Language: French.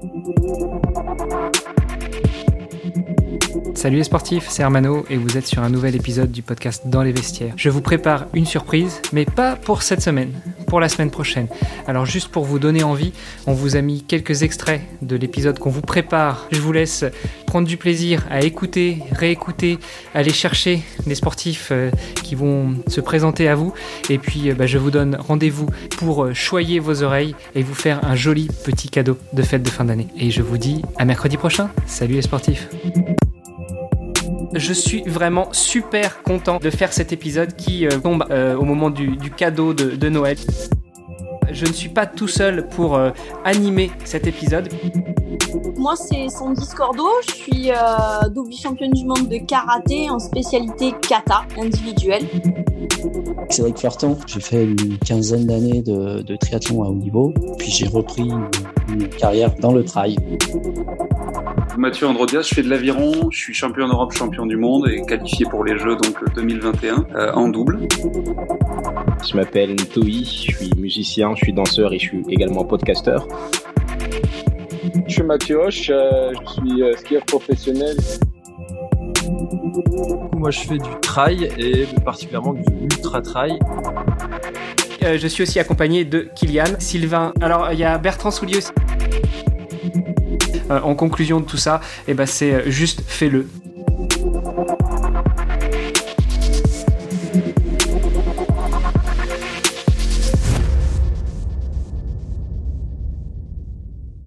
Salut les sportifs, c'est Hermano et vous êtes sur un nouvel épisode du podcast Dans les vestiaires. Je vous prépare une surprise, mais pas pour cette semaine, pour la semaine prochaine. Alors juste pour vous donner envie, on vous a mis quelques extraits de l'épisode qu'on vous prépare. Je vous laisse prendre du plaisir à écouter, réécouter, aller chercher les sportifs qui vont se présenter à vous. Et puis je vous donne rendez-vous pour choyer vos oreilles et vous faire un joli petit cadeau de fête de fin d'année. Et je vous dis à mercredi prochain. Salut les sportifs. Je suis vraiment super content de faire cet épisode qui tombe au moment du cadeau de Noël. Je ne suis pas tout seul pour animer cet épisode. Moi, c'est Sandy Scordo. Je suis double championne du monde de karaté en spécialité kata individuelle. Cédric Fleurton, j'ai fait une quinzaine d'années de triathlon à haut niveau, puis j'ai repris une carrière dans le trail. Mathieu Androdias, je fais de l'aviron, je suis champion d'Europe, champion du monde et qualifié pour les Jeux donc 2021 en double. Je m'appelle Toi, je suis musicien, je suis danseur et je suis également podcasteur. Je suis Mathieu Hoche, je suis skieur professionnel. Moi je fais du trail et particulièrement du ultra trail. Je suis aussi accompagné de Kylian, Sylvain. Alors il y a Bertrand Soulier aussi. En conclusion de tout ça, c'est juste fais-le.